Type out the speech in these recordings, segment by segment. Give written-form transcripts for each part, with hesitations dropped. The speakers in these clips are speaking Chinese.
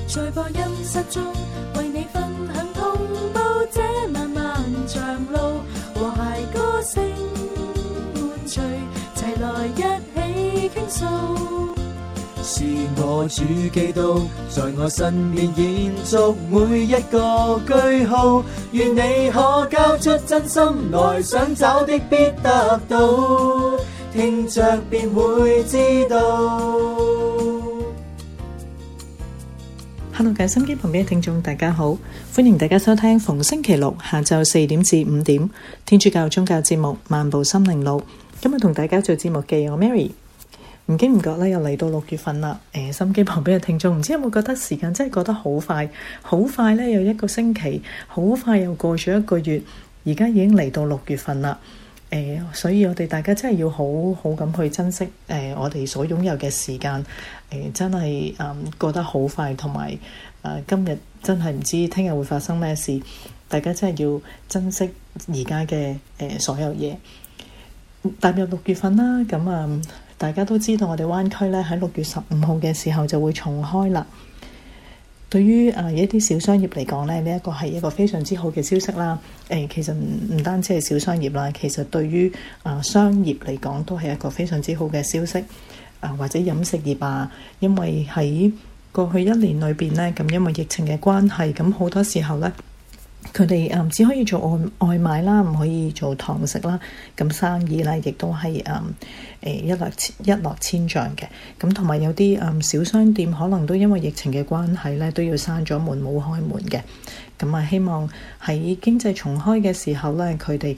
在播音室中為你分享同步這漫漫長路，和諧歌聲伴隨，齊來一起傾訴。 是我主基督在我身邊延續每一個句號，願你可交出真心來，想找的必得到，聽着便會知道。 Hello， 各位心機旁邊嘅聽眾，大家好，歡迎大家收聽逢星期六下晝4點至5點天主教宗教節目《漫步心靈路》。今日同大家做節目嘅我 Mary。唔經唔覺咧，又嚟到6月份啦。心機旁邊嘅聽眾，唔知有冇覺得時間真係過得好快？好快咧，又一個星期，好快又過咗1個月，而家已經嚟到6月份啦。所以我哋大家真係要好好咁去珍惜我哋所擁有嘅時間。真係過得好快，同埋今日真係唔知聽日會發生咩事。大家真係要珍惜而家嘅所有嘢。踏入6月份啦，咁大家都知道我哋灣區咧喺6月15號嘅時候就會重開啦。對於一啲小商業嚟講咧，呢一個係一個非常之好嘅消息啦。其實唔單止係小商業啦，其實對於商業嚟講都係一個非常之好嘅消息。或者飲食業啊，因為喺過去1年裏邊咧，咁因為疫情嘅關係，咁好多時候咧，佢哋只可以做外賣啦，唔可以做堂食啦，咁生意咧亦都係一落千丈嘅。咁同埋有啲小商店可能都因為疫情嘅關係咧，都要閂咗門冇開門嘅。咁希望喺經濟重開嘅時候咧，佢哋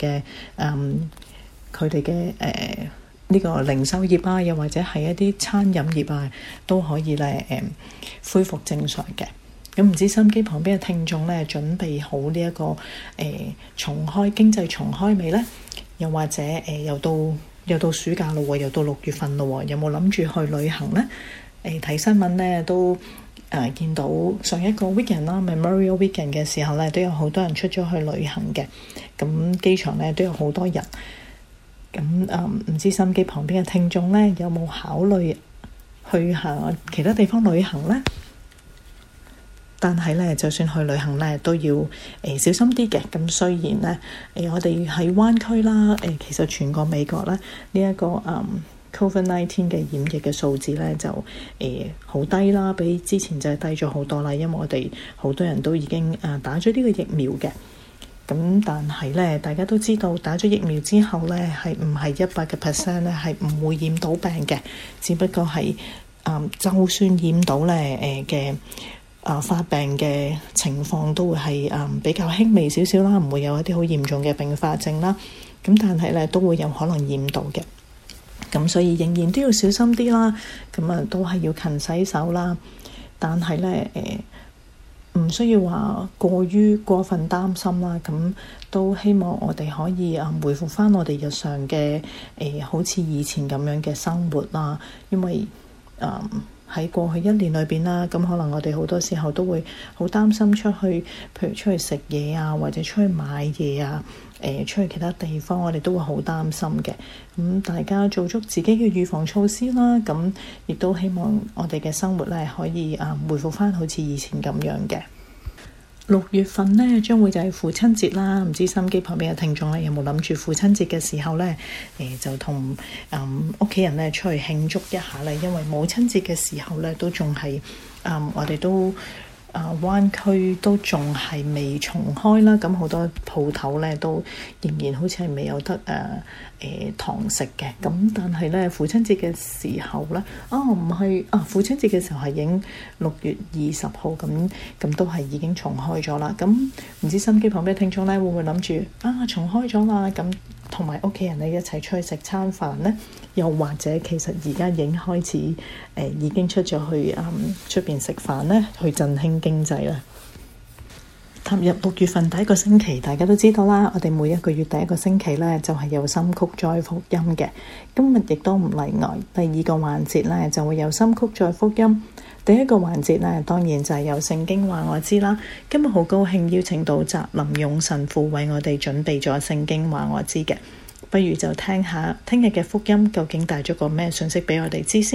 嘅呢個零售業啊，又或者係一啲餐飲業啊，都可以咧恢復正常嘅。咁唔知心機旁邊嘅聽眾咧，準備好呢一個重開經濟重開未呢？又或者又到暑假咯，又到6月份咯，有冇諗住去旅行呢？睇新聞咧都見到上一個 weekend 啦 ，Memorial Weekend 嘅時候咧，都有好多人出咗去旅行嘅。咁機場咧都有好多人。咁唔知心機旁邊嘅聽眾咧，有冇考慮去下其他地方旅行呢？但係咧，就算去旅行咧，都要小心啲嘅。咁雖然咧，我哋喺灣區啦，其實全個美國咧呢一個COVID-19 嘅染疫嘅數字咧就好低啦，比之前就係低咗好多啦。因為我哋好多人都已經打咗呢個疫苗嘅。咁但係咧，大家都知道打咗疫苗之後咧，係唔係100%咧係唔會染到病嘅，只不過係就算染到咧嘅發病嘅情況都會係比較輕微少少啦，唔會有一啲好嚴重嘅併發症啦。咁但係咧都會有可能染到嘅，咁所以仍然都要小心啲啦。咁都係要勤洗手啦。但係咧唔需要話過分擔心啦，咁都希望我哋可以回復翻我哋日常嘅好似以前咁樣嘅生活啦。因為喺過去1年裏邊啦，咁可能我哋好多時候都會好擔心出去，譬如出去食嘢啊，或者出去買嘢啊，出去其他地方，我哋都會好擔心嘅。咁大家做足自己嘅預防措施啦，咁亦都希望我哋嘅生活咧可以回復翻好似以前咁樣嘅。6月份咧將會就係父親節啦，唔知心機旁邊嘅聽眾咧有冇諗住父親節嘅時候咧就同屋企人咧出去慶祝一下咧，因為母親節嘅時候咧都仲係我哋都灣區都仲係未重開啦，咁好多鋪頭咧都仍然好似係未有得堂食嘅。咁但係咧父親節嘅時候咧唔係父親節嘅時候係已經6月20號，咁都係已經重開咗啦。咁唔知心機旁邊聽眾咧會唔會諗住重開咗啦，咁同埋屋企人咧一齊出去食餐飯咧？又或者其實而家已經開始已經出咗去出邊食飯咧，去振興經濟啦。踏入6月份第一個星期，大家都知道啦，我哋每一個月第一個星期咧就係有心曲載福音嘅。今日亦都唔例外，第2個環節咧就會有心曲載福音。第一個環節咧當然就係有聖經話我知啦。今日好高興邀請到澤林勇神父為我哋準備咗聖經話我知嘅。不如就聽下聽日嘅福音究竟帶咗個咩信息俾我哋知先啦。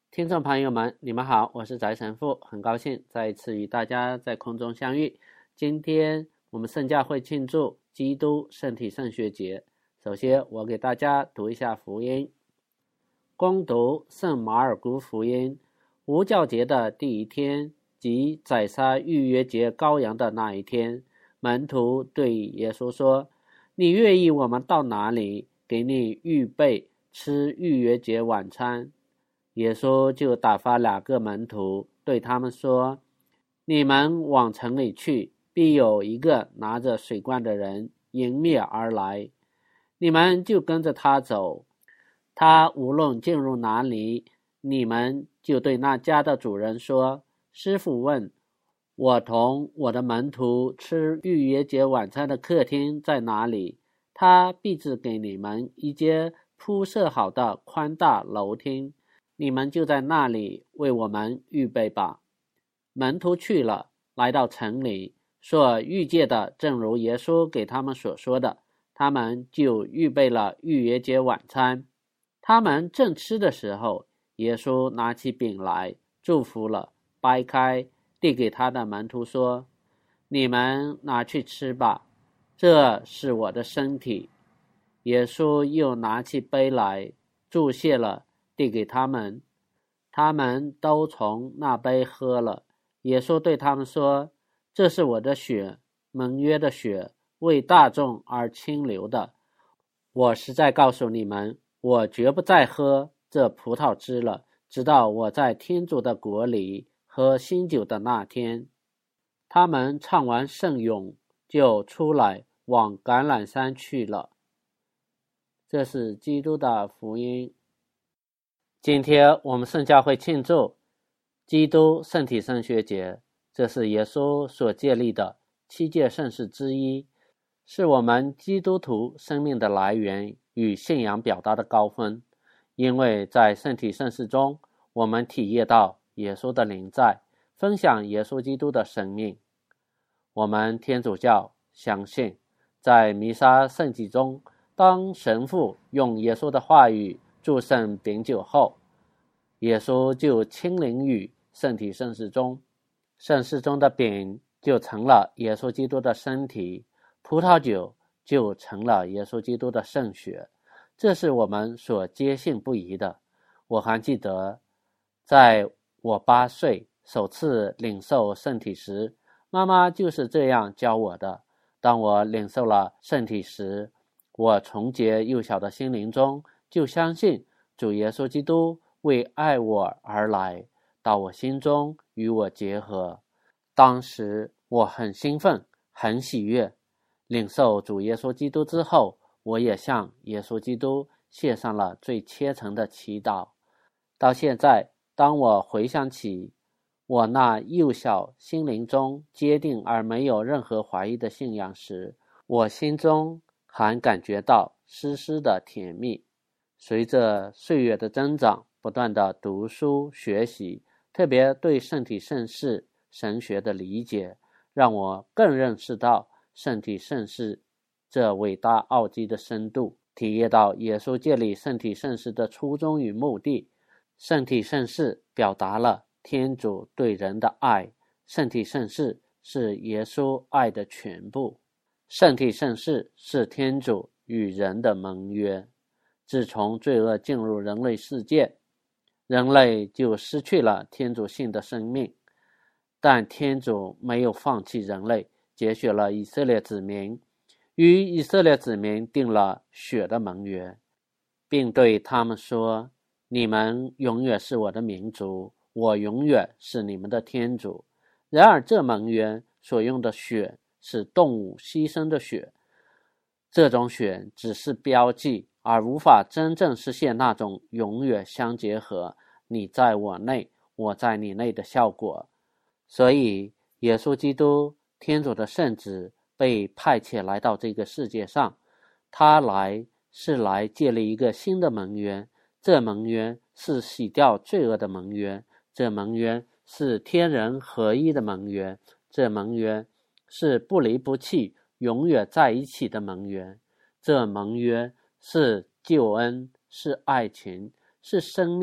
听众朋友们，你们好，我是翟神父，很高兴再一次与大家在空中相遇。今天我们圣教会庆祝基督圣体圣血节。首先我给大家读一下福音。恭读圣马尔谷福音。无教节的第一天，即宰杀逾越节羔羊的那一天，门徒对耶稣说：你愿意我们到哪里给你预备吃逾越节晚餐？耶稣就打发2个门徒，对他们说：你们往城里去，必有一个拿着水罐的人迎面而来，你们就跟着他走。他无论进入哪里，你们就对那家的主人说：师傅问，我同我的门徒吃逾越节晚餐的客厅在哪里？他必指给你们一间铺设好的宽大楼厅，你们就在那里为我们预备吧。门徒去了，来到城里，所遇见的正如耶稣给他们所说的，他们就预备了逾越节晚餐。他们正吃的时候，耶稣拿起饼来，祝福了，掰开，递给他的门徒说：你们拿去吃吧，这是我的身体。耶稣又拿起杯来，祝谢了，递给他们，他们都从那杯喝了。耶稣对他们说：这是我的血，盟约的血，为大众而倾流的。我实在告诉你们，我绝不再喝这葡萄汁了，直到我在天主的国里喝新酒的那天。他们唱完圣咏，就出来往橄榄山去了。这是基督的福音。今天我们圣教会庆祝基督圣体圣血节，这是耶稣所建立的7届圣事之一，是我们基督徒生命的来源与信仰表达的高峰。因为在圣体圣事中，我们体验到耶稣的临在，分享耶稣基督的生命。我们天主教相信，在弥撒圣祭中，当神父用耶稣的话语祝圣饼酒后，耶稣就亲临于圣体圣事中，圣事中的饼就成了耶稣基督的身体，葡萄酒就成了耶稣基督的圣血。这是我们所坚信不疑的。我还记得，在我8岁首次领受圣体时，妈妈就是这样教我的。当我领受了圣体时，我从洁幼小的心灵中就相信主耶稣基督为爱我而来，到我心中与我结合。当时我很兴奋，很喜悦。领受主耶稣基督之后，我也向耶稣基督献上了最虔诚的祈祷。到现在，当我回想起我那幼小心灵中坚定而没有任何怀疑的信仰时，我心中还感觉到丝丝的甜蜜。随着岁月的增长，不断的读书学习，特别对圣体圣事神学的理解，让我更认识到圣体圣事这伟大奥迹的深度，体验到耶稣建立圣体圣事的初衷与目的。圣体圣事表达了天主对人的爱，圣体圣事是耶稣爱的全部。圣体圣事是天主与人的盟约。自从罪恶进入人类世界，人类就失去了天主性的生命，但天主没有放弃人类，拣选了以色列子民，与以色列子民定了血的盟约，并对他们说：你们永远是我的民族，我永远是你们的天主。然而这盟约所用的血是动物牺牲的血，这种血只是标记，而无法真正实现那种永远相结合，你在我内，我在你内的效果。所以耶稣基督，天主的圣子，被派遣来到这个世界上，他是来建立一个新的盟约，这盟约是洗掉罪恶的盟约，这盟约是天人合一的盟约，这盟约是不离不弃永远在一起的盟约，这盟约是救恩，是爱情，是生命，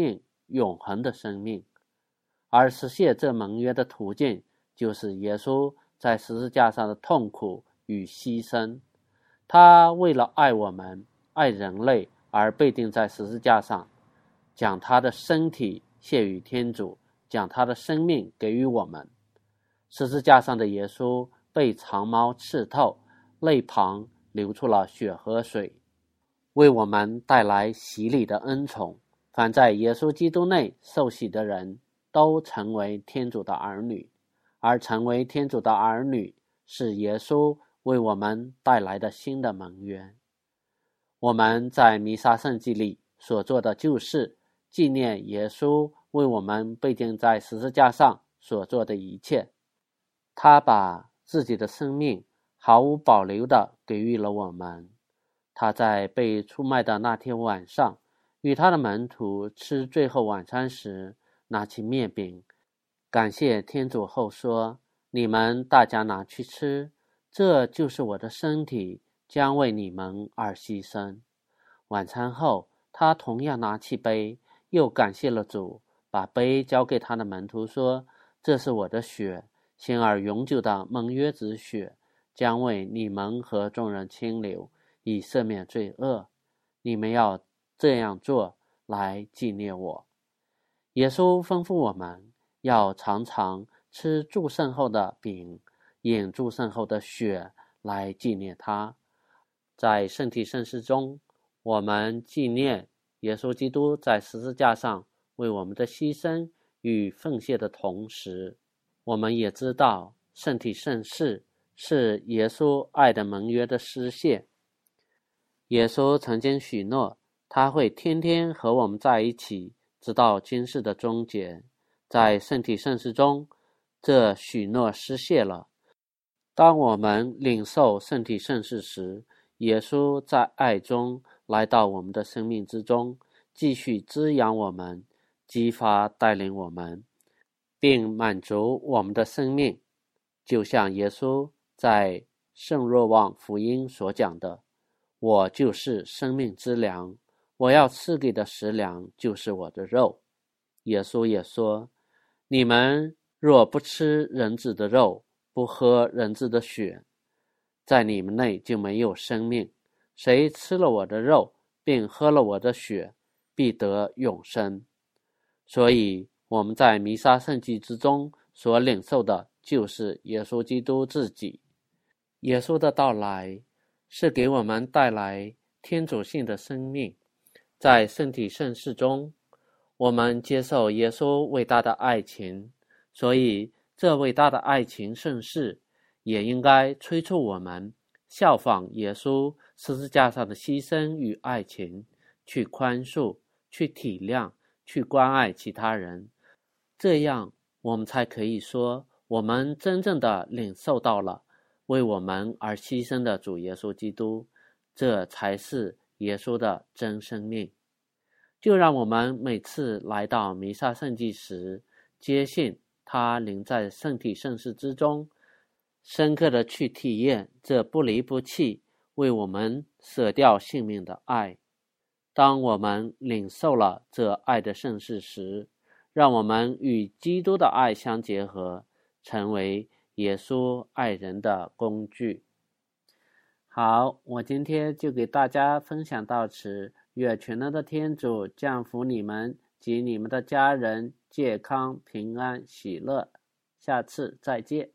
永恒的生命。而实现这盟约的途径，就是耶稣在十字架上的痛苦与牺牲。他为了爱我们、爱人类而被钉在十字架上，将他的身体献于天主，将他的生命给予我们。十字架上的耶稣被长矛刺透，肋旁流出了血和水，为我们带来洗礼的恩宠。凡在耶稣基督内受洗的人，都成为天主的儿女，而成为天主的儿女，是耶稣为我们带来的新的盟约。我们在弥撒圣祭里所做的，就是纪念耶稣为我们被钉在十字架上所做的一切。他把自己的生命毫无保留地给予了我们。他在被出卖的那天晚上，与他的门徒吃最后晚餐时，拿起面饼，感谢天主后说：“你们大家拿去吃，这就是我的身体，将为你们而牺牲。”晚餐后，他同样拿起杯，又感谢了主，把杯交给他的门徒说：“这是我的血，新而永久的盟约之血，将为你们和众人清流，以赦免罪恶。你们要这样做，来纪念我。”耶稣吩咐我们要常常吃祝圣后的饼，饮祝圣后的血，来纪念他。在圣体圣事中，我们纪念耶稣基督在十字架上为我们的牺牲与奉献的同时，我们也知道圣体圣事是耶稣爱的盟约的实现。耶稣曾经许诺，他会天天和我们在一起，直到今世的终结。在圣体圣事中，这许诺实现了。当我们领受圣体圣事时，耶稣在爱中来到我们的生命之中，继续滋养我们，激发带领我们，并满足我们的生命。就像耶稣在圣若望福音所讲的：“我就是生命之粮，我要赐给的食粮就是我的肉。”耶稣也说：“你们若不吃人子的肉，不喝人子的血，在你们内就没有生命。谁吃了我的肉，并喝了我的血，必得永生。”所以我们在弥撒圣祭之中所领受的，就是耶稣基督自己。耶稣的到来是给我们带来天主性的生命。在圣体圣事中，我们接受耶稣伟大的爱情，所以这伟大的爱情圣事也应该催促我们效仿耶稣十字架上的牺牲与爱情，去宽恕，去体谅，去关爱其他人。这样我们才可以说，我们真正的领受到了为我们而牺牲的主耶稣基督，这才是耶稣的真生命。就让我们每次来到弥撒圣祭时，坚信他临在圣体圣事之中，深刻的去体验这不离不弃为我们舍掉性命的爱。当我们领受了这爱的圣事时，让我们与基督的爱相结合，成为耶稣爱人的工具。好，我今天就给大家分享到此。愿全能的天主降福你们及你们的家人健康平安喜乐。下次再见。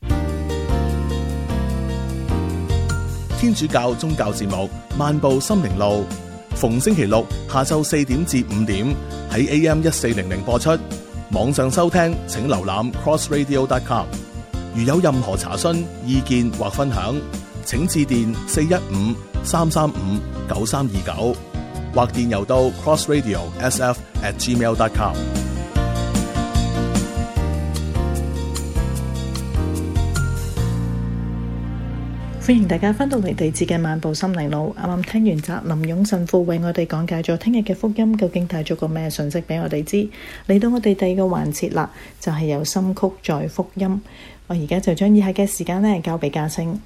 天主教宗教節目《漫步心靈路》，逢星期六下晝4點至5點喺 AM1400 播出。網上收聽請瀏覽 crossradio.com。如有任何查詢、意見或分享，請致電415-335-9329，或電郵到 crossradio.sf@gmail.com。 歡迎大家返到嚟地節嘅漫步心靈路。啱啱聽完澤林勇神父為我哋講解咗聽日嘅福音，究竟帶咗個咩信息俾我哋知。嚟到我哋第二個環節啦，就係有心曲載福音。我而家就將以下嘅時間呢交俾嘉星。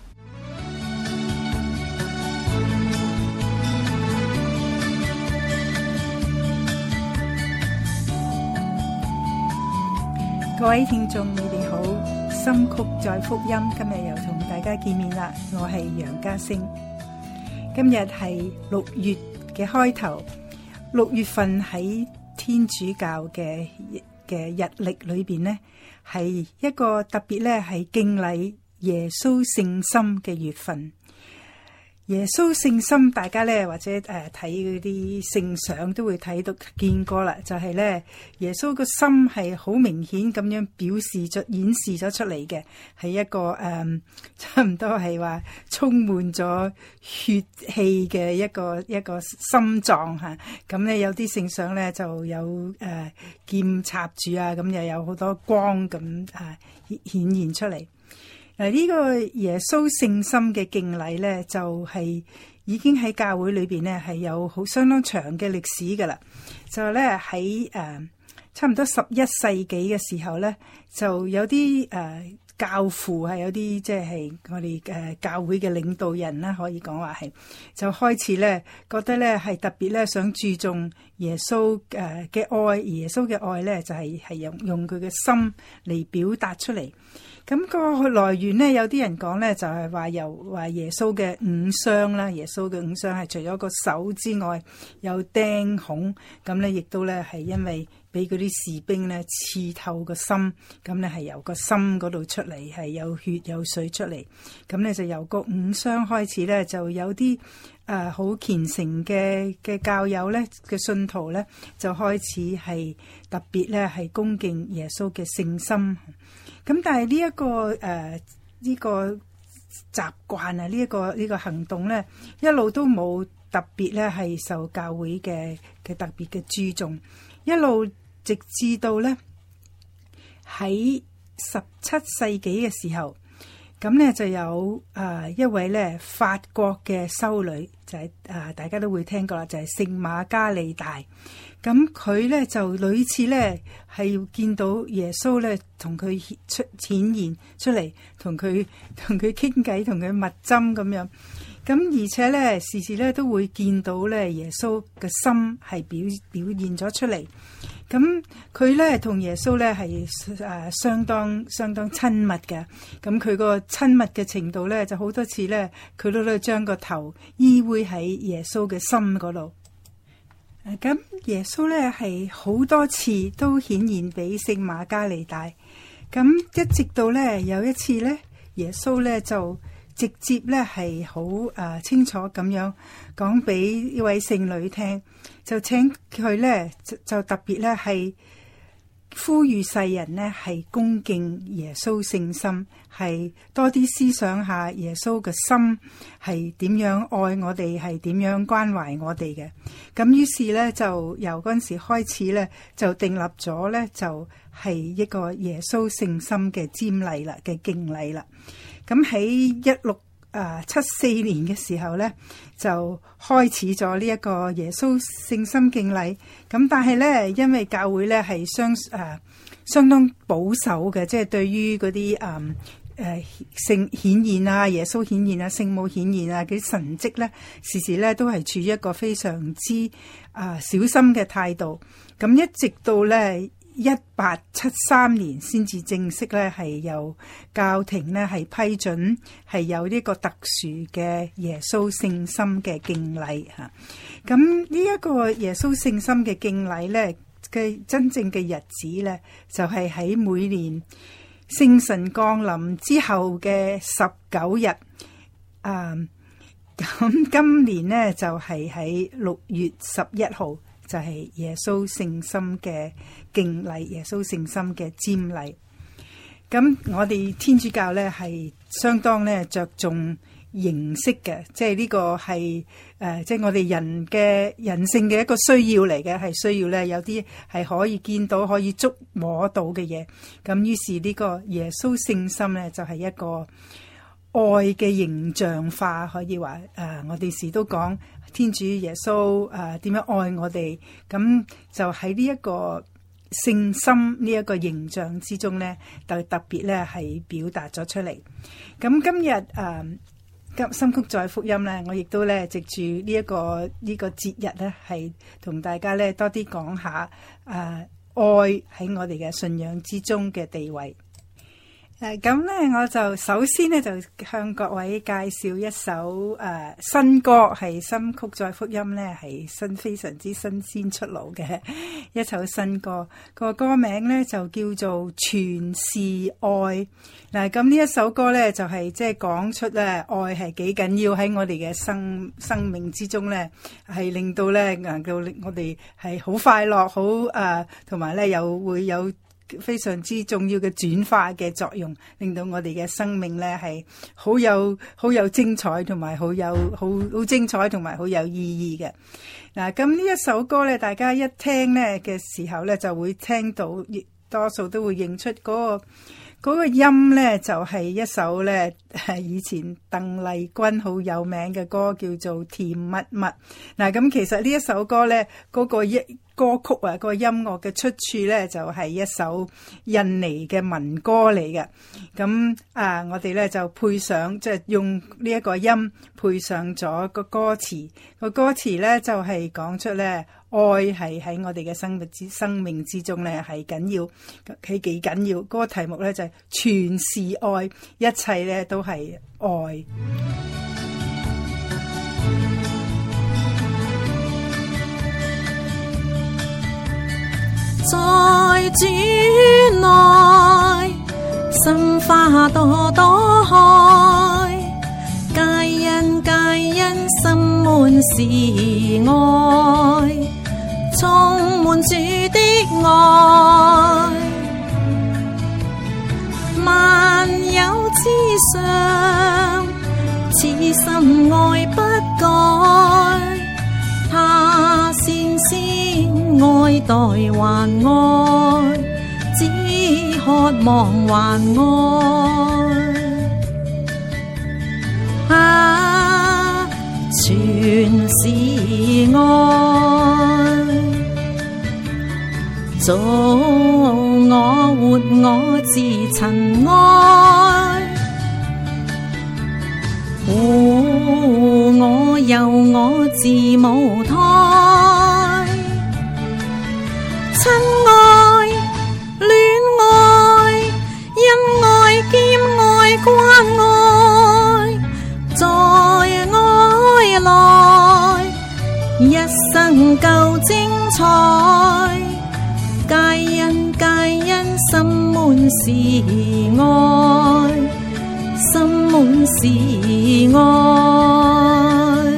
各位聽眾，你哋好，心曲載福音，今日又同大家見面啦。我係楊家星，今日係6月嘅開頭。6月份喺天主教嘅日曆裏邊呢，係一個特別咧，係敬禮耶穌聖心嘅月份。耶穌聖心，大家咧或者睇嗰啲聖相都會睇到見過啦，就係咧耶穌個心係好明顯咁樣顯示咗出嚟嘅，係一個差唔多係話充滿咗血氣嘅一個心臟吓。咁咧有啲聖相咧就有劍插住啊，咁又有好多光咁顯現出嚟。呢個耶穌聖心嘅敬禮咧，就係已經喺教會裏邊咧係有相當長嘅歷史噶啦。就咧喺差唔多11世紀嘅時候咧，就有啲教父係有啲即係我哋教會嘅領導人啦，可以講話係就開始咧覺得咧係特別咧想注重耶穌嘅愛，而耶穌嘅愛咧就係用佢嘅心嚟表達出嚟。咁個來源呢，有啲人講呢，就係話耶穌嘅5傷啦，耶穌嘅5傷係除咗個手之外，有釘孔，咁呢亦都呢係因為俾嗰啲士兵呢刺透個心，咁呢係由個心嗰度出嚟，係有血有水出嚟，咁呢就由個5傷開始呢，就有啲好虔誠嘅教友呢嘅信徒呢，就開始係特別呢係恭敬耶穌嘅聖心。咁但係呢個習慣啊，呢個行動咧，一路都冇特別咧係受教會嘅特別嘅注重，一路直至到咧喺17世紀嘅時候，咁咧就有一位咧法國嘅修女，就係大家都會聽過啦，就係聖瑪加利大。咁佢咧就屢次咧係見到耶穌咧同佢顯現出嚟，同佢傾偈，同佢密針咁樣。咁而且咧時時咧都會見到咧耶穌嘅心係表現咗出嚟。咁佢咧同耶穌咧係相當親密嘅。咁佢個親密嘅程度咧就好多次咧，佢都將個頭依偎喺耶穌嘅心嗰度。咁耶穌咧係好多次都顯現俾聖瑪加利大，咁一直到咧有一次咧，耶穌咧就直接咧係好清楚咁樣講俾呢位聖女聽，就請佢咧就特別咧係呼籲世人呢係恭敬耶穌聖心，係多啲思想下耶穌嘅心係點樣愛我哋，係點樣關懷我哋嘅。咁於是呢，就由嗰陣時開始呢，就訂立咗呢，就係一個耶穌聖心嘅瞻禮啦，嘅敬禮啦。咁喺1674年嘅時候呢，就開始咗呢一個耶穌聖心敬禮。咁但係呢，因為教會呢係相當保守嘅，即係對於嗰啲聖顯現啊、耶穌顯現啊、聖母顯現啊嗰啲神蹟呢，時時呢都係處於一個非常之小心嘅態度。咁一直到呢1873年先至正式咧係由教廷咧係批准係有呢個特殊嘅耶穌聖心嘅敬禮吓。咁呢一個耶穌聖心嘅敬禮咧嘅真正嘅日子咧就係喺每年聖神降臨之後嘅19日。咁今年呢就係喺6月11號。就係耶穌聖心嘅敬禮，耶穌聖心嘅瞻禮。咁我哋天主教咧係相當咧着重形式嘅，即係呢個係即係我哋人性嘅一個需要嚟嘅，係需要咧有啲係可以見到、可以觸摸到嘅嘢。咁於是呢個耶穌聖心咧就係一個愛嘅形象化，可以話我哋時都講天主耶穌點樣愛我哋，咁就喺呢一個聖心呢一個形象之中咧，就特別咧係表達咗出嚟。咁今日心曲載福音咧，我亦都咧藉住呢個節日咧，係同大家咧多啲講下愛喺我哋嘅信仰之中嘅地位。咁咧，我就首先咧就向各位介紹一首新歌，係新曲再福音咧，係非常之新鮮出爐嘅一首新歌。個歌名咧就叫做《全是愛》。嗱，咁呢一首歌咧就係即係講出咧愛係幾緊要喺我哋嘅生命之中咧，係令到咧能夠我哋係好快樂，好同埋咧又會有非常之重要嘅轉化嘅作用，令到我哋嘅生命咧係好有精彩，同埋好精彩，同埋好有意義嘅。嗱，咁呢一首歌咧，大家一聽咧嘅時候咧，就會聽到，多數都會認出嗰個音咧，就係一首咧以前鄧麗君好有名嘅歌，叫做《甜蜜蜜》。嗱，咁其實呢一首歌咧，嗰個歌曲啊，個音樂嘅出處咧，就係一首印尼嘅民歌嚟嘅。咁我哋咧就配上，即係用呢一個音配上咗個歌詞。個歌詞咧就係講出咧，愛係喺我哋嘅生命之中咧係緊要，係幾緊要。嗰個題目咧就係全是愛，一切咧都係愛。 在主內，心花朵朵開，皆因心滿是愛，充滿主的愛，萬有之上，此心愛不改，他先愛待還愛，只渴望還愛，全是愛，做我活我自塵埃，我有我自母胎，親愛戀愛，因愛兼愛關愛，在愛內一生夠精彩，皆因心滿是愛，心滿是愛。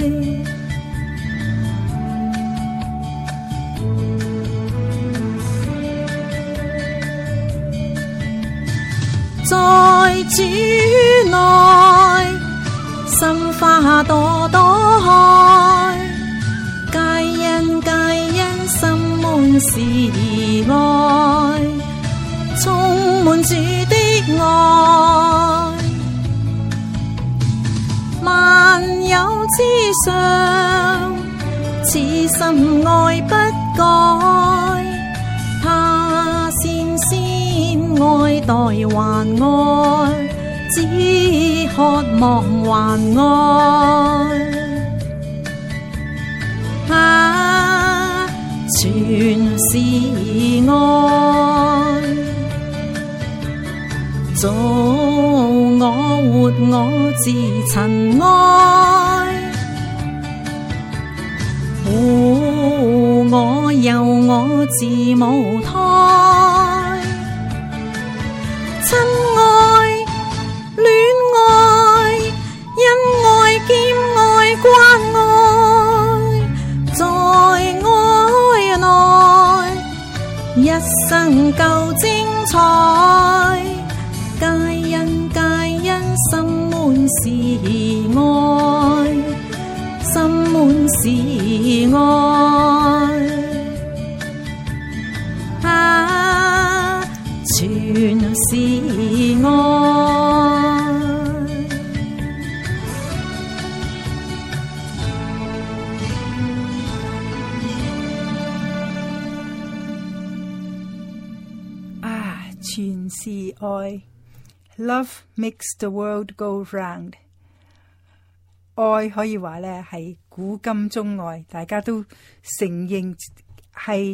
在主內，心花朵朵開，皆因心滿是愛，充滿主的愛，萬有之上，此心愛不改，他先愛待還愛，只渴望還愛，全是愛，做我活我自塵埃，我有我自母胎，親愛戀愛，因愛兼愛關愛，在愛內一生夠精彩，皆因心滿是愛，心滿是愛，全是愛。 全是愛。Love makes the world go round。愛可以話咧係古今中外大家都承認係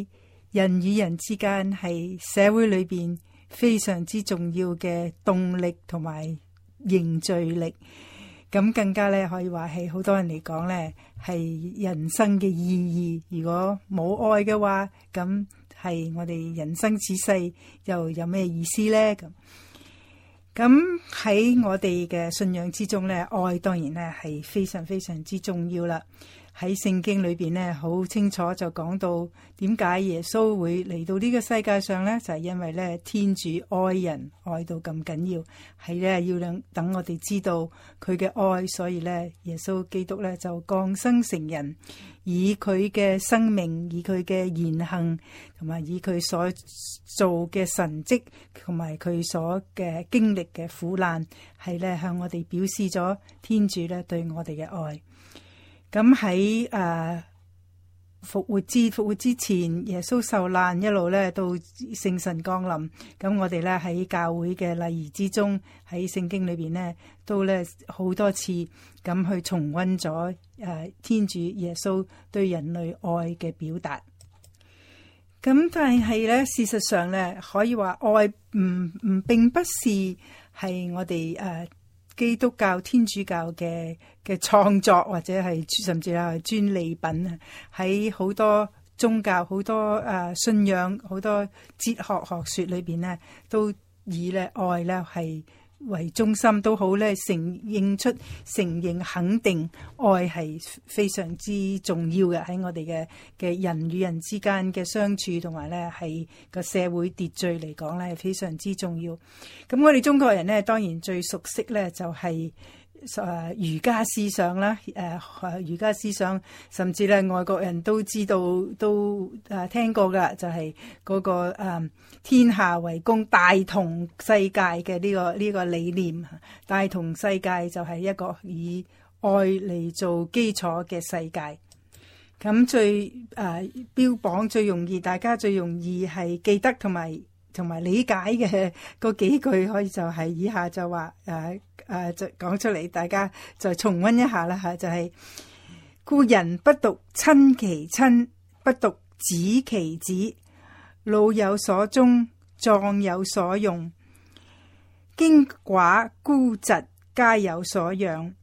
人與人之間係社會裏邊非常之重要嘅動力同埋凝聚力。咁更加咧可以話係好多人嚟講咧係人生嘅意義。如果冇愛嘅話，咁係我哋人生此世又有咩意思咧？咁喺我哋嘅信仰之中咧，愛當然咧係非常非常之重要啦。喺聖經裏邊咧，好清楚就講到點解耶穌會嚟到呢個世界上咧，就係因為咧天主愛人愛到咁緊要，係咧要等我哋知道佢嘅愛，所以咧耶穌基督咧就降生成人，以佢嘅生命，以佢嘅言行，同埋以佢所做嘅神蹟，同埋佢所嘅經歷嘅苦難，係咧向我哋表示咗天主咧對我哋嘅愛。咁喺復活之前，耶穌受難一路咧到聖神降臨。咁我哋咧喺教會嘅禮儀之中，喺聖經裏邊呢，都咧好多次咁去重溫咗天主耶穌對人類愛嘅表達。咁但係咧，事實上咧，可以話愛並不是係我哋基督教天主教嘅創作，或者係甚至係專利品啊！喺好多宗教、好多信仰、好多哲學學說裏邊呢，都以咧愛咧係為中心，都好咧承認肯定愛係非常之重要嘅，喺我哋嘅人與人之間嘅相處，同埋咧係個社會秩序嚟講咧係非常之重要。咁我哋中國人咧當然最熟悉咧就係儒家思想啦，儒家思想甚至咧外國人都知道，都聽過噶，就係嗰個天下為公、大同世界嘅呢個理念。大同世界就係一個以愛嚟做基礎嘅世界。咁最標榜最容易，大家最容易係記得同埋理解嘅嗰幾句，可以就係以下就話就講出嚟，大家就重溫一下啦吓，就係故人不獨親其親，不獨子其子，老有所終，壯有所用，經寡孤疾，皆有所養。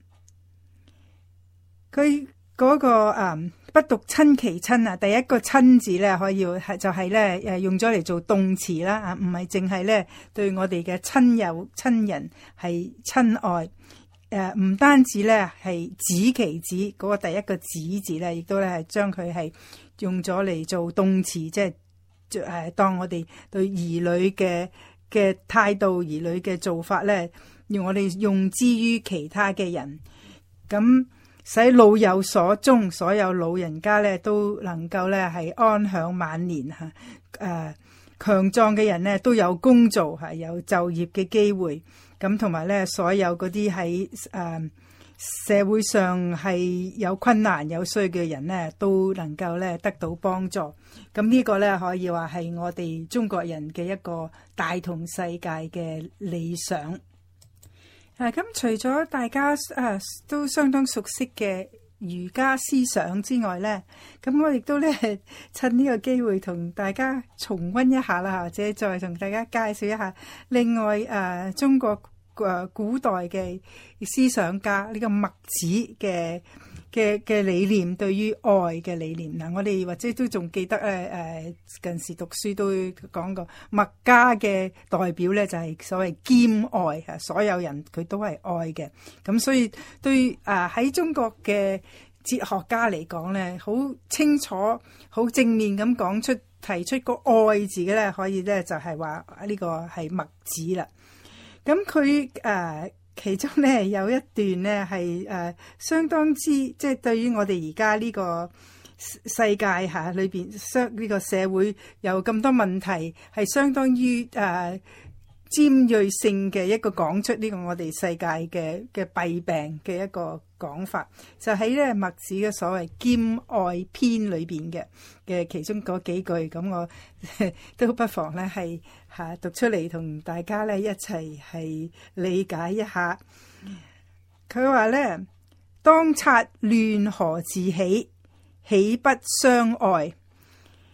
佢嗰個不獨親其親啊，第一個親字咧可以就係咧用咗嚟做動詞啦啊，唔係淨係咧對我哋嘅親友親人係親愛，唔單止咧係子其子嗰個第一個子字咧，亦都咧係將佢係用咗嚟做動詞，即係當我哋對兒女嘅態度、兒女嘅做法咧，我哋用之於其他嘅人，咁使老有所終，所有老人家咧都能夠咧係安享晚年吓。強壯嘅人咧都有工做吓，有就業嘅機會。咁同埋咧，所有嗰啲喺社會上係有困難有需要嘅人咧，都能夠咧得到幫助。咁呢個咧可以話係我哋中國人嘅一個大同世界嘅理想。咁除咗大家都相當熟悉嘅儒家思想之外咧，咁我亦都咧趁呢個機會同大家重溫一下啦，或者再同大家介紹一下另外中國古代嘅思想家呢個墨子嘅理念，對於愛嘅理念嗱，我哋或者都仲記得咧近時讀書都講過墨家嘅代表咧就係所謂兼愛，所有人佢都係愛嘅。咁所以對喺中國嘅哲學家嚟講咧，好清楚好正面咁提出個愛字嘅咧，可以咧就係話呢個係墨子啦。咁佢其中咧有一段咧係相當之即係對於我哋而家呢個世界嚇裏邊呢個社會有咁多問題，係相當於尖鋭性嘅一個講出呢個我哋世界嘅弊病嘅一個講法，就喺咧墨子嘅所謂兼愛篇裏邊嘅其中嗰幾句，咁我都不妨咧係讀出嚟同大家咧一齊係理解一下。佢話咧：當察亂何自起，豈不相愛？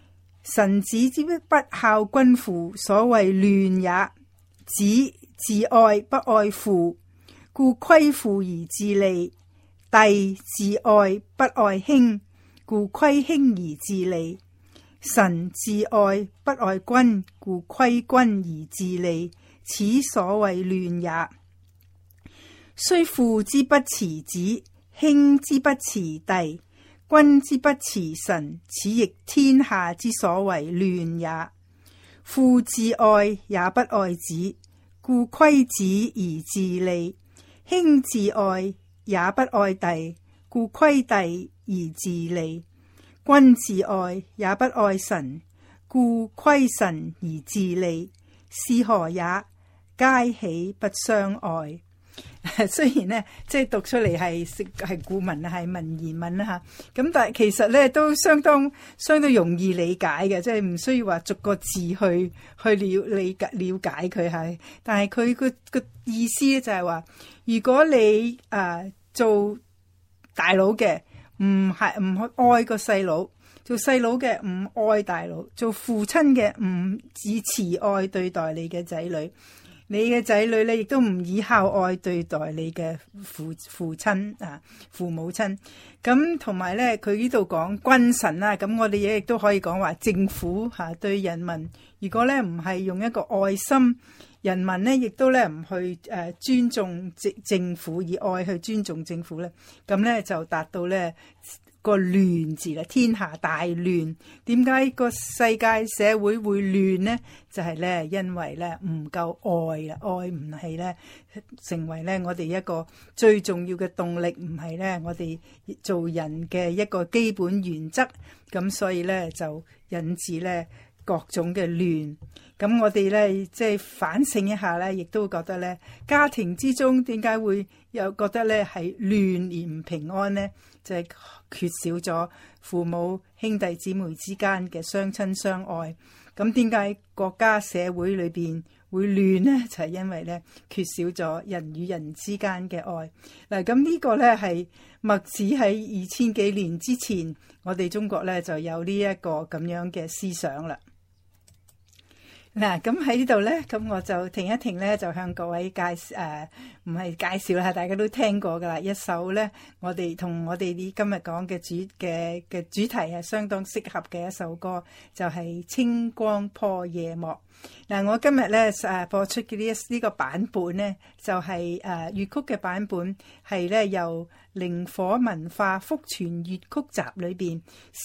臣子之不孝君父，所謂亂也。子自愛不愛父，故虧父而自利；弟自愛不愛兄，故虧兄而自利；臣自愛不愛君，故虧君而自利。此所謂亂也。雖父之不辭子，兄之不辭弟，君之不辭臣，此亦天下之所謂亂也。父自愛也不愛子，故虧子而自利；兄自愛也不愛弟，故虧弟而自利；君自愛也不愛臣，故虧臣而自利。是何也？皆豈不相愛？雖然呢，即係讀出嚟係古文啊，係文言文啦吓，咁但係其實咧都相當容易理解嘅，即係唔需要話逐個字去了解佢係。但係佢個意思咧就係話，如果你做大佬嘅唔愛個細佬，做細佬嘅唔愛大佬，做父親嘅唔以慈愛對待你嘅仔女。你嘅仔女咧，亦都唔以孝愛對待你嘅父親啊、父母親。咁同埋咧，佢呢度講君臣啦，咁我哋亦都可以講話政府吓對人民。如果咧唔係用一個愛心，人民咧亦都咧唔去尊重政府，以愛去尊重政府咧，咁咧就達到咧個亂字啦，天下大亂。點解個世界社會會亂呢？就係咧，因為咧唔夠愛啦，愛唔係咧成為咧我哋一個最重要嘅動力，唔係咧我哋做人嘅一個基本原則。咁所以咧就引致咧各種嘅亂。咁我哋咧即係反省一下咧，亦都覺得咧家庭之中點解會有覺得咧係亂而唔平安呢？就係缺少咗父母兄弟姊妹之間嘅相親相愛。咁點解國家社會裏邊會亂呢？就係因為咧缺少咗人與人之間嘅愛。嗱，咁呢個咧係墨子喺2000幾年之前，我哋中國咧就有呢一個咁樣嘅思想啦。嗱，咁喺呢度咧，咁我就停一停咧，就向各位唔係介紹啦，大家都聽過噶啦，一首咧，我哋同我哋啲今日講嘅主題係相當適合嘅一首歌，就係、是、清光破夜幕。嗱，我今日咧播出嘅呢個版本咧，就係粵曲嘅版本，係咧由靈火文化福傳粵曲集裏邊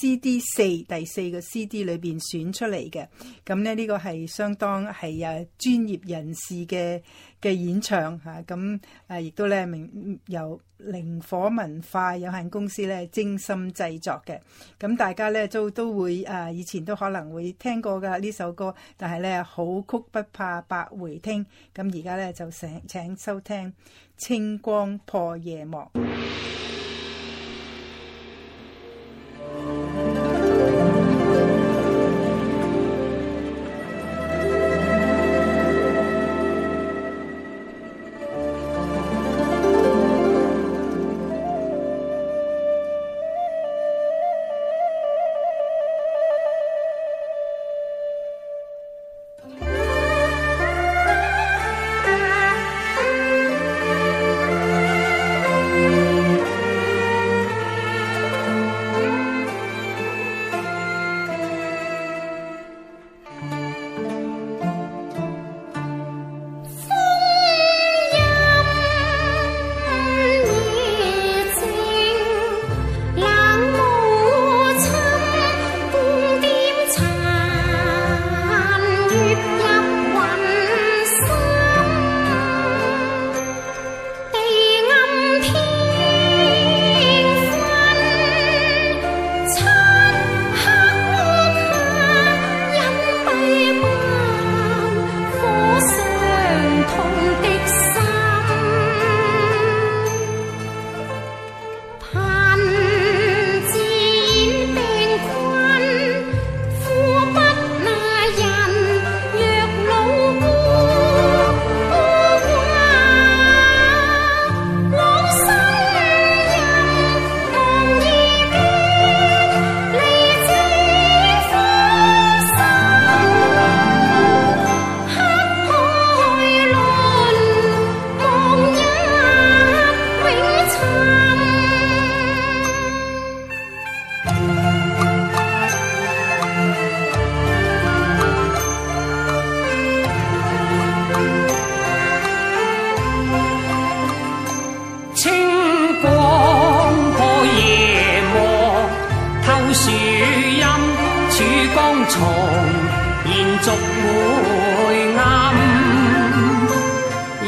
CD4 第4個 CD 裏邊選出嚟嘅。咁咧呢個係相當係專業人士嘅演唱嚇，咁亦都咧由靈火文化有限公司咧精心製作嘅。咁大家咧都會以前都可能會聽過噶呢首歌，但係咧好曲不怕百回聽。咁而家咧就請收聽清光破夜幕。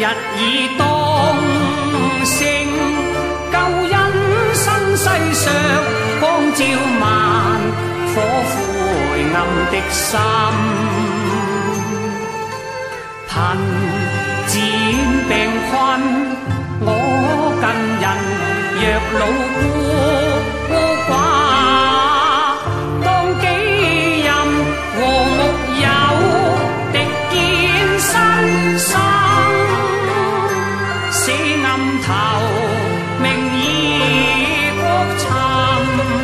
日已當升，救恩新世上光照萬顆灰暗的心，貧賤病困我近人，若老孤寡，當幾任和睦友敵見新生，死暗頭明已國尋。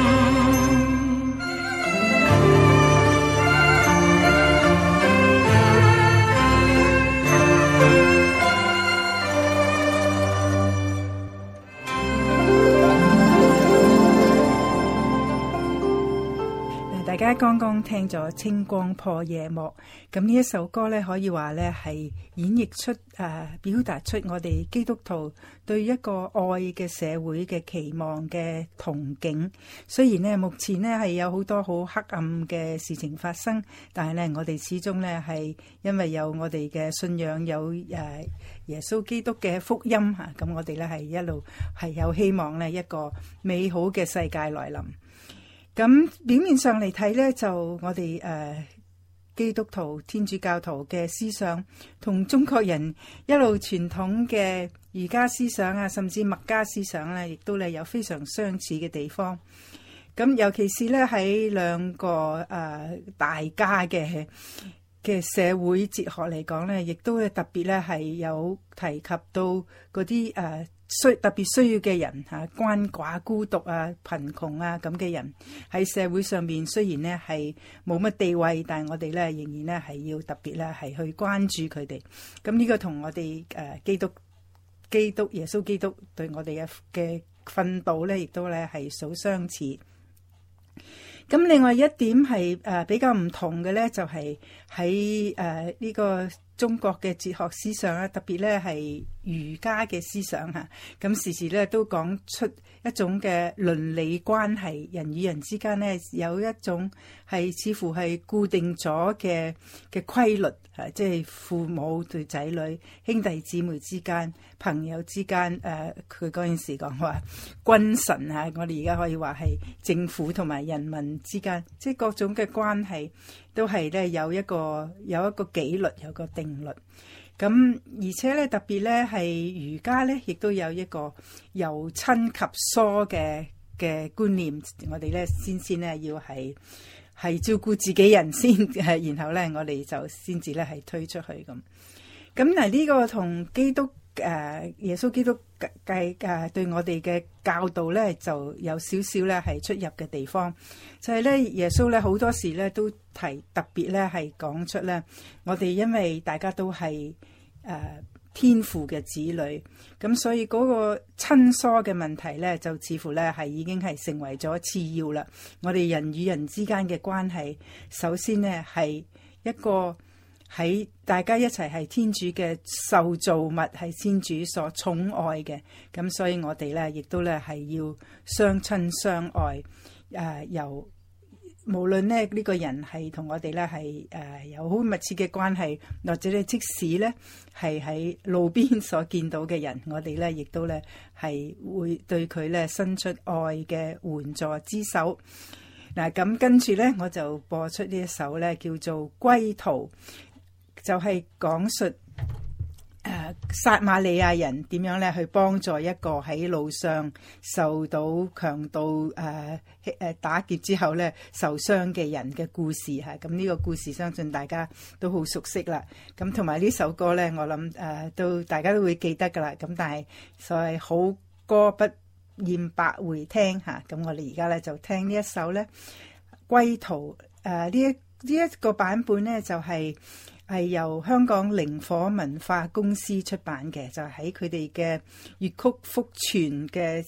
大家剛剛聽咗《青光破夜幕》，咁呢一首歌呢，可以話呢係演繹出表達出我哋基督徒對一個愛嘅社會嘅期望嘅憧憬。雖然呢，目前呢係有好多好黑暗嘅事情發生，但係呢，我哋始終呢係因為有我哋嘅信仰，有耶穌基督嘅福音嚇，咁我哋呢係一路係有希望呢一個美好嘅世界來臨。咁表面上嚟睇呢，就我哋基督徒天主教徒嘅思想同中國人一路傳統嘅儒家思想啊，甚至墨家思想呢，亦都咧有非常相似嘅地方。咁尤其是呢，喺兩個大家嘅社會哲學嚟講呢，亦都特別咧係有提及到嗰啲特別需要嘅人嚇，鰥寡孤獨啊、貧窮啊咁嘅人喺社會上面，雖然呢係冇乜地位，但係我哋咧仍然咧係要特別咧係去關注佢哋。咁呢個同我哋基督耶穌基督對我哋嘅訓導咧，亦都咧係數相似。咁另外一點係比較唔同嘅咧，就係喺呢個中國嘅哲學思想啊，特別咧係儒家嘅思想嚇，咁時時咧都講出一種嘅倫理關係，人與人之間咧有一種係似乎係固定咗嘅規律，即係父母對仔女、兄弟姊妹之間、朋友之間，佢嗰陣時講話君臣啊，我哋而家可以話係政府同埋人民之間，即係各種嘅關係都係咧有一個紀律，有個定律。咁而且咧特別咧係儒家咧，亦都有一個由親及疏嘅觀念。我哋咧先咧要係照顧自己人先，然後咧我哋就先至咧係推出去咁。咁嗱呢個同基督耶穌基督對我哋嘅教導咧，就有少少咧係出入嘅地方。就係咧耶穌咧好多時咧都特別咧係講出咧，我哋因為大家都係天父嘅子女，咁所以嗰個親疏嘅問題咧，就似乎咧係已經係成為咗次要啦。我哋人與人之間嘅關係，首先呢係一個喺大家一齊係天主嘅受造物，係天主所寵愛嘅，咁所以我哋咧亦都咧係要相親相愛。由無論呢個人係同我哋咧係有好密切嘅關係，或者咧即使咧係喺路邊所見到嘅人，我哋咧亦都咧係會對佢咧伸出愛嘅援助之手。嗱，咁跟住咧我就播出呢一首咧叫做《歸途》，就係講述撒瑪利亞人點樣咧去幫助一個喺路上受到強盜打劫之後咧受傷嘅人嘅故事嚇。咁呢個故事相信大家都好熟悉啦。咁同埋呢首歌咧，我諗都大家都會記得噶啦。咁但係所謂好歌不厭百回聽嚇。咁我哋而家咧就聽呢一首咧《歸途》。呢一個版本咧就係由香港靈火文化公司出版嘅，就喺佢哋嘅粵曲福傳嘅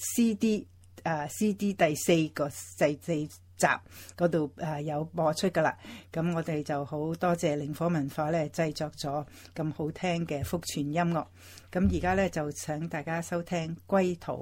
CD 第四集嗰度有播出噶啦。咁我哋就好多謝靈火文化咧製作咗咁好聽嘅福傳音樂。咁而家咧就請大家收聽《歸途》。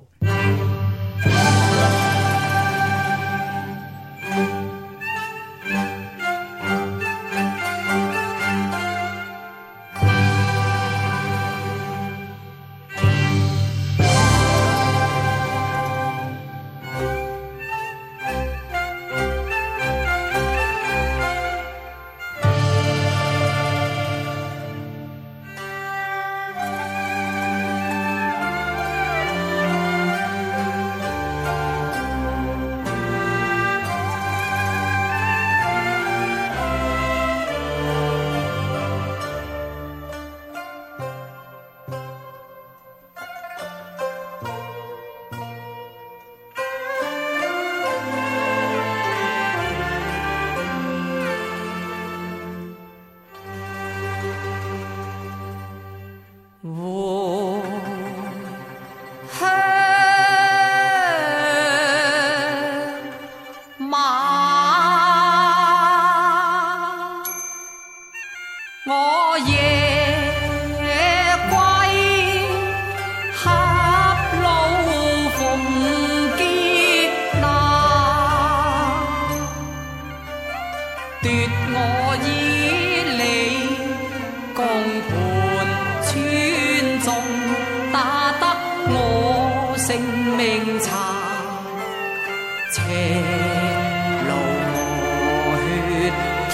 性命殘，斜路我血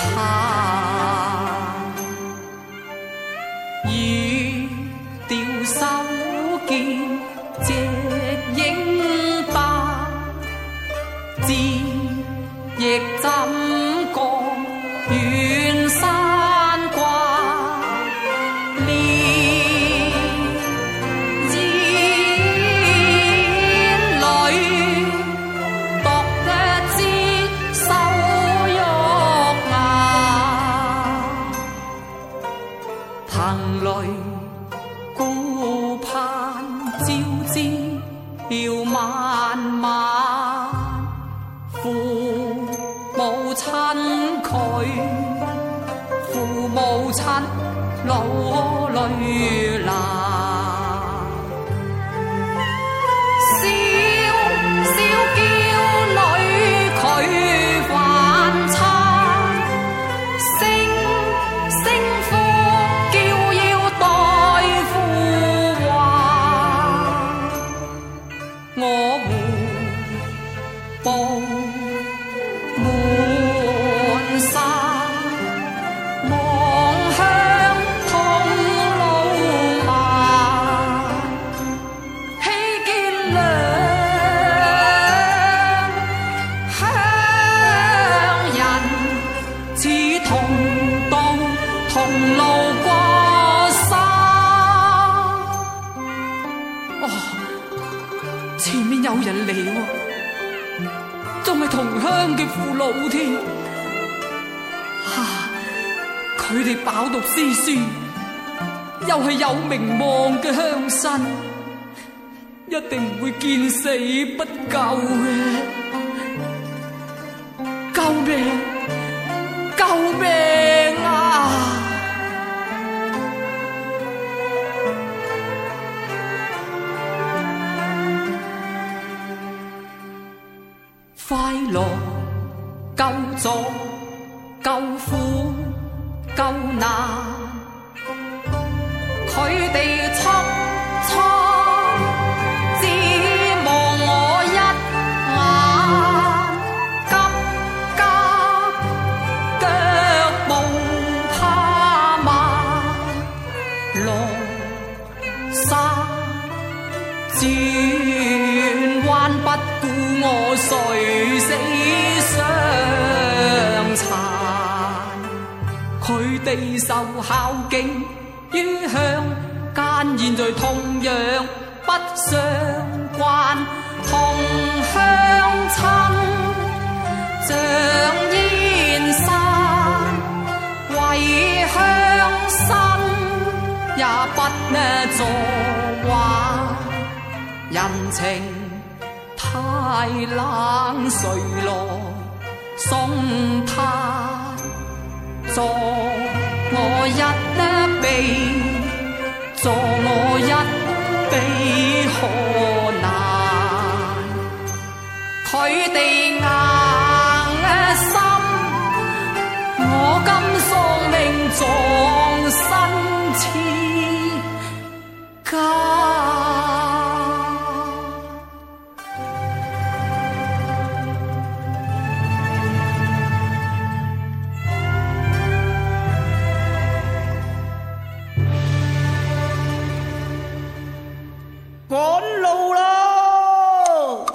灘，已掉手劍隻影白，枝亦怎講遠山掛。要漫漫，父母親佢，父母親老淚流，小小嬌女佢飯餐，聲呼叫要代父還。我戶部滿山，望向通路漫，喜見兩鄉人，似同道同路過山。前面有人嚟喎，仲係同鄉嘅父老添。佢哋飽讀詩書，又係有名望嘅鄉紳，一定唔會見死不救嘅。救命！救命啊！快樂救助救苦救難，佢哋速速只望我一眼，急急腳步怕慢，落沙轉彎不顧我垂死傷殘，佢哋受孝敬於鄉間，現在同樣不相關，同鄉親像煙山，為鄉紳也不作畫，人情太冷，誰來送他？助我一臂，助我一臂何難？佢哋硬心，我甘喪命葬身此間。 趕路咯！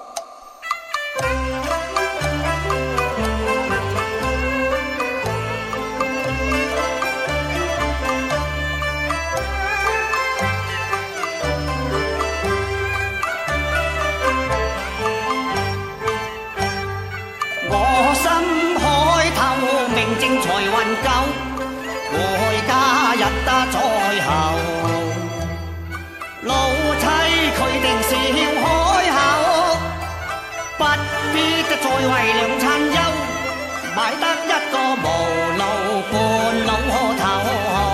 我心海透，明正財運夠，愛家日得在後。老妻佢定笑開口，不必再為兩餐憂，買得一個無路半老頭，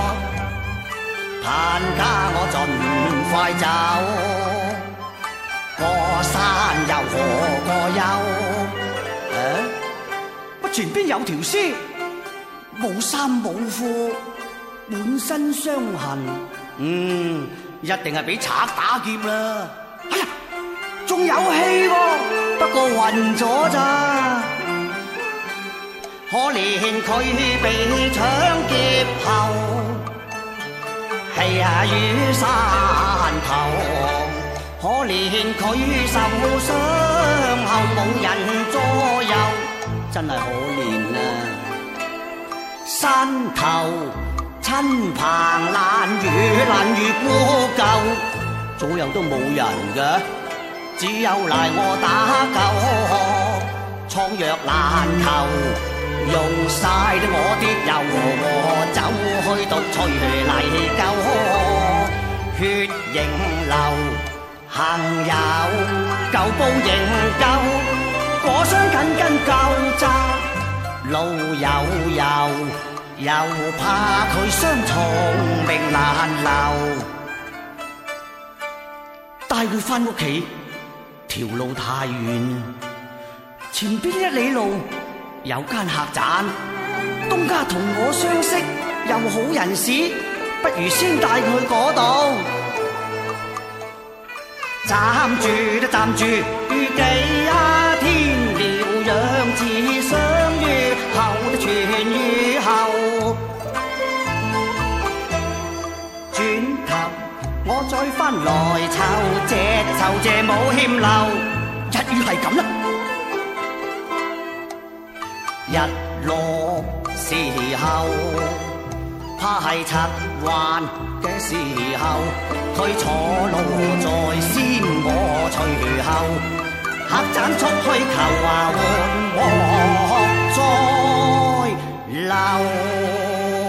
盼家我盡快走，過山又何過憂？ 前邊有條屍，冇衫冇褲，滿身傷痕， 一定係俾賊打劫啦！ 哎呀， 仲有氣喎，不過暈咗咋。可憐佢被搶劫後，棄下於山頭。可憐佢受傷後冇人左右，真係可憐啊！山頭親朋難遇過舊，左右都冇人嘅，只有賴我打救，創藥難求。用晒我啲油和酒去毒除泥垢，血仍流，行有舊報仍舊，果傷緊舊渣，路又怕佢傷重命難留，帶佢返屋企，條路太遠，前邊1里路。有間客棧，東家同我相識，又好人士，不如先帶佢嗰度。站住都站住，於幾天療養自相於後，傳於後。轉頭我再返來酬謝冇欠漏，一於係咁啦。日落時候，怕係柒環嘅時候，佢坐路在先我隨後，客棧出去求話換鑊再留。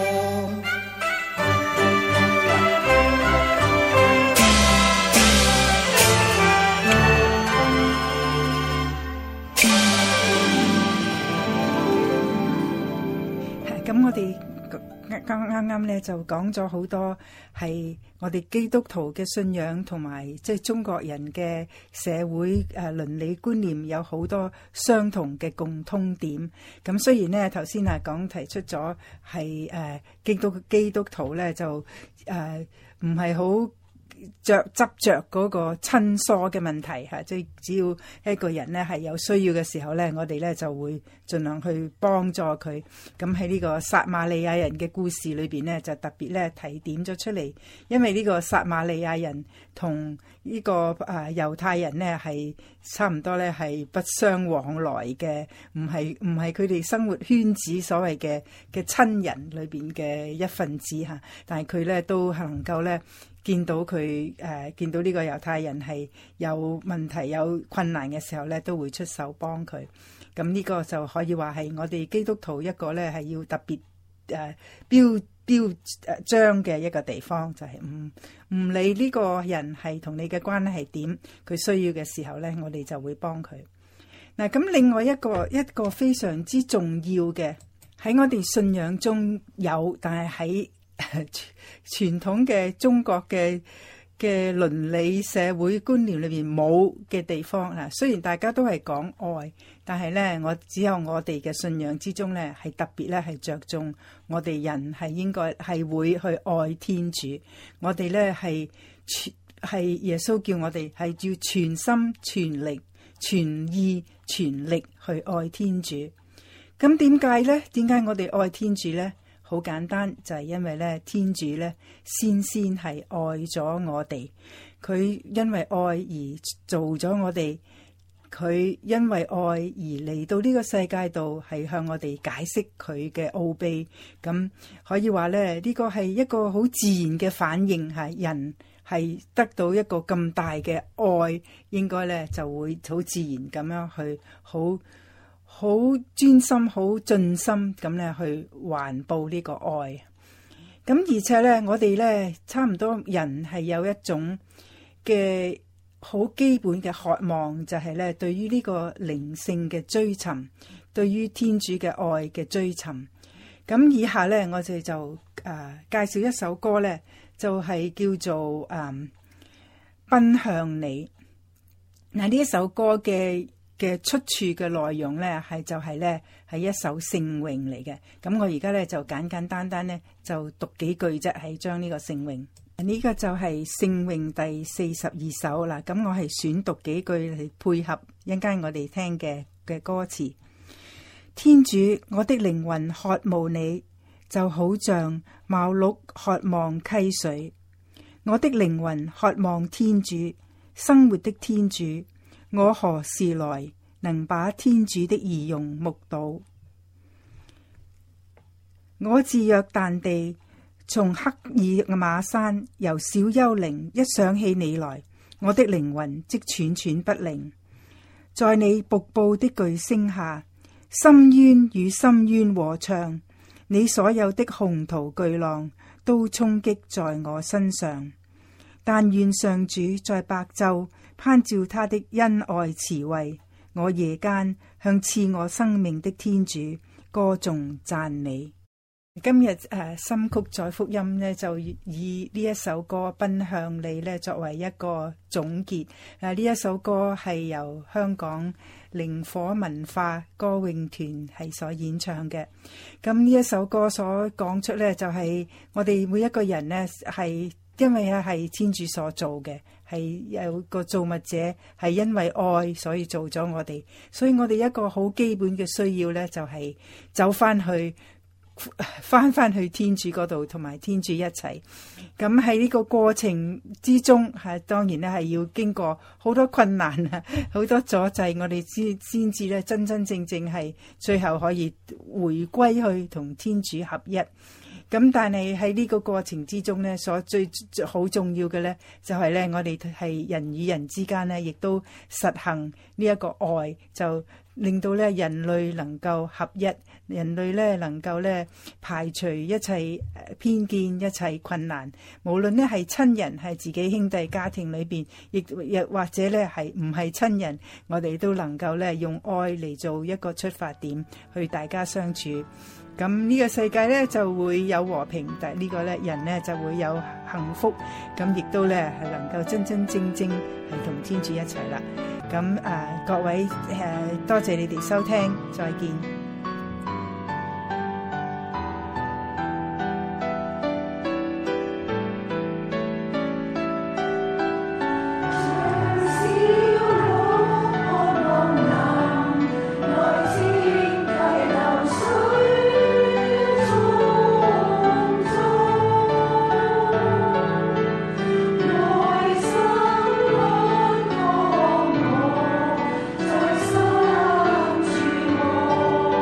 咁我哋啱啱咧就講咗好多係我哋基督徒嘅信仰同埋即係中國人嘅社會倫理觀念有好多相同嘅共通點。咁雖然咧頭先提出咗係基督徒咧就唔係好執着嗰個親疏嘅問題嚇，即係只要一個人咧係有需要嘅時候咧，我哋咧就會盡量去幫助佢。咁喺呢個撒瑪利亞人嘅故事裏邊咧，就特別咧提點咗出嚟，因為呢個撒瑪利亞人同呢個猶太人咧係差唔多咧係不相往來嘅，唔係佢哋生活圈子所謂嘅親人裏邊嘅一份子嚇，但係佢咧都能夠咧。見到佢見到呢個猶太人係有問題有困難嘅時候咧，都會出手幫佢。咁呢個就可以話係我哋基督徒一個咧係要特別標章嘅一個地方，就係唔理呢個人係同你嘅關係係點，佢需要嘅時候咧，我哋就會幫佢。嗱，咁另外一個非常之重要嘅喺我哋信仰中有，但係喺傳統嘅中國嘅倫理社會觀念裏邊冇嘅地方啊，雖然大家都係講愛，但係咧只有我哋嘅信仰之中咧係特別咧係着重我哋人係應該係會去愛天主，我哋咧係耶穌叫我哋係要全心全力全意全力去愛天主。咁點解咧？點解我哋愛天主咧？好簡單，就係因為咧，天主咧先係愛咗我哋，佢因為愛而做咗我哋，佢因為愛而嚟到呢個世界度，係向我哋解釋佢嘅奧秘。咁可以話咧，呢個係一個好自然嘅反應，係人係得到一個咁大嘅愛，應該咧就會好自然咁樣去好專心、好盡心咁咧去環報呢個愛。咁而且咧，我哋咧差唔多人係有一種嘅好基本嘅渴望，就係咧對於呢個靈性嘅追尋，對於天主嘅愛嘅追尋。咁以下咧，我哋就介紹一首歌咧，就係叫做奔向你。嗱，呢一首歌嘅出處嘅內容咧，係一首聖詠嚟嘅。咁我而家咧就簡單咧就讀幾句啫，係將呢個聖詠呢個就係聖詠第42首啦。咁我係選讀幾句嚟配合一陣間我哋聽嘅歌詞。天主，我的靈魂渴慕你，就好像茅藨渴望溪水。我的靈魂渴望天主，生活的天主。我何時來能把天主的儀容目睹？我自約旦地，從克爾瑪山由小幽靈，一想起你來，我的靈魂即喘喘不寧。在你瀑布的巨聲下，深淵與深淵和唱，你所有的洪濤巨浪都衝擊在我身上。但願上主在白晝攀照他的恩愛慈惠，我夜間向賜我生命的天主歌頌讚美。今日心曲載福音呢，就以呢一首歌奔向你呢作為一個總結。呢一首歌係由香港靈火文化歌詠團係所演唱嘅。咁呢一首歌所講出呢，就係我哋每一個人呢，係因為係天主所做嘅，係有個造物者係因為愛所以做咗我哋，所以我哋一個好基本嘅需要呢，就係走翻去天主嗰度，同埋天主一齊。咁喺呢個過程之中，當然咧係要經過好多困難啊，好多阻滯，我哋先至咧真真正正係最後可以回歸去同天主合一。咁但係喺呢個過程之中呢，所最好重要嘅呢，就係呢，我哋係人與人之間呢，亦都實行呢一個愛，就令到呢人類能夠合一，人類呢能夠呢排除一切偏見、一切困難。無論呢係親人，係自己兄弟家庭裏邊，亦或者呢係唔係親人，我哋都能夠呢用愛嚟做一個出發點，去大家相處。咁呢個世界呢就會有和平，但呢個呢人呢就會有幸福，咁亦都呢係能夠真真正正係同天主一齊啦。咁各位多謝你哋收聽，再見。 在深處我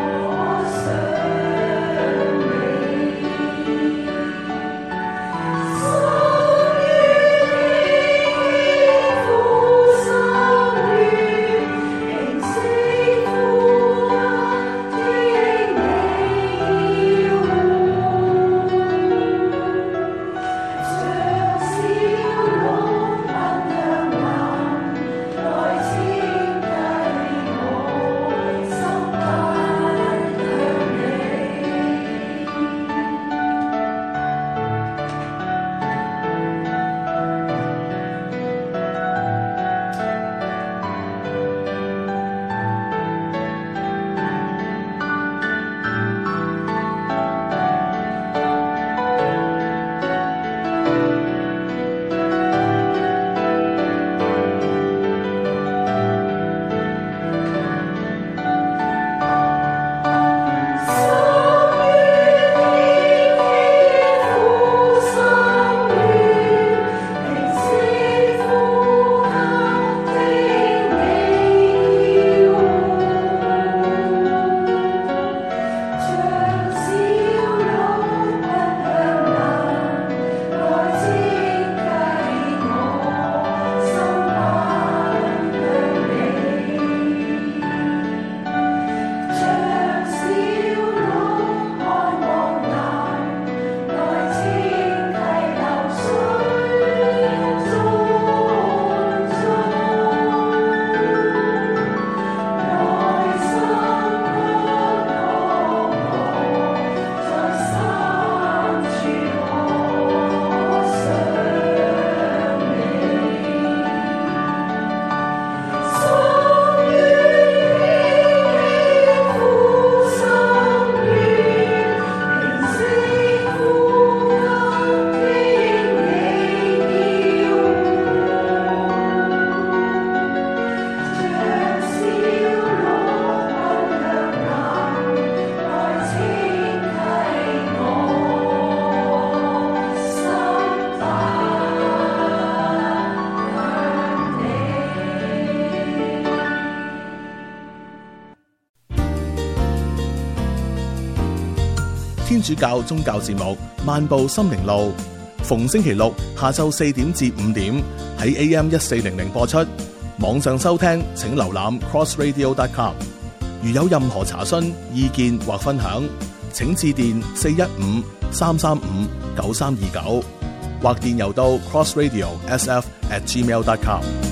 天主教宗教節目《漫步心靈路》，逢星期六下晝4點至5點喺 AM1400 播出。網上收聽請瀏覽 crossradio.com。如有任何查詢、意見或分享，請致電415-335-9329或電郵到 crossradio.sf@gmail.com。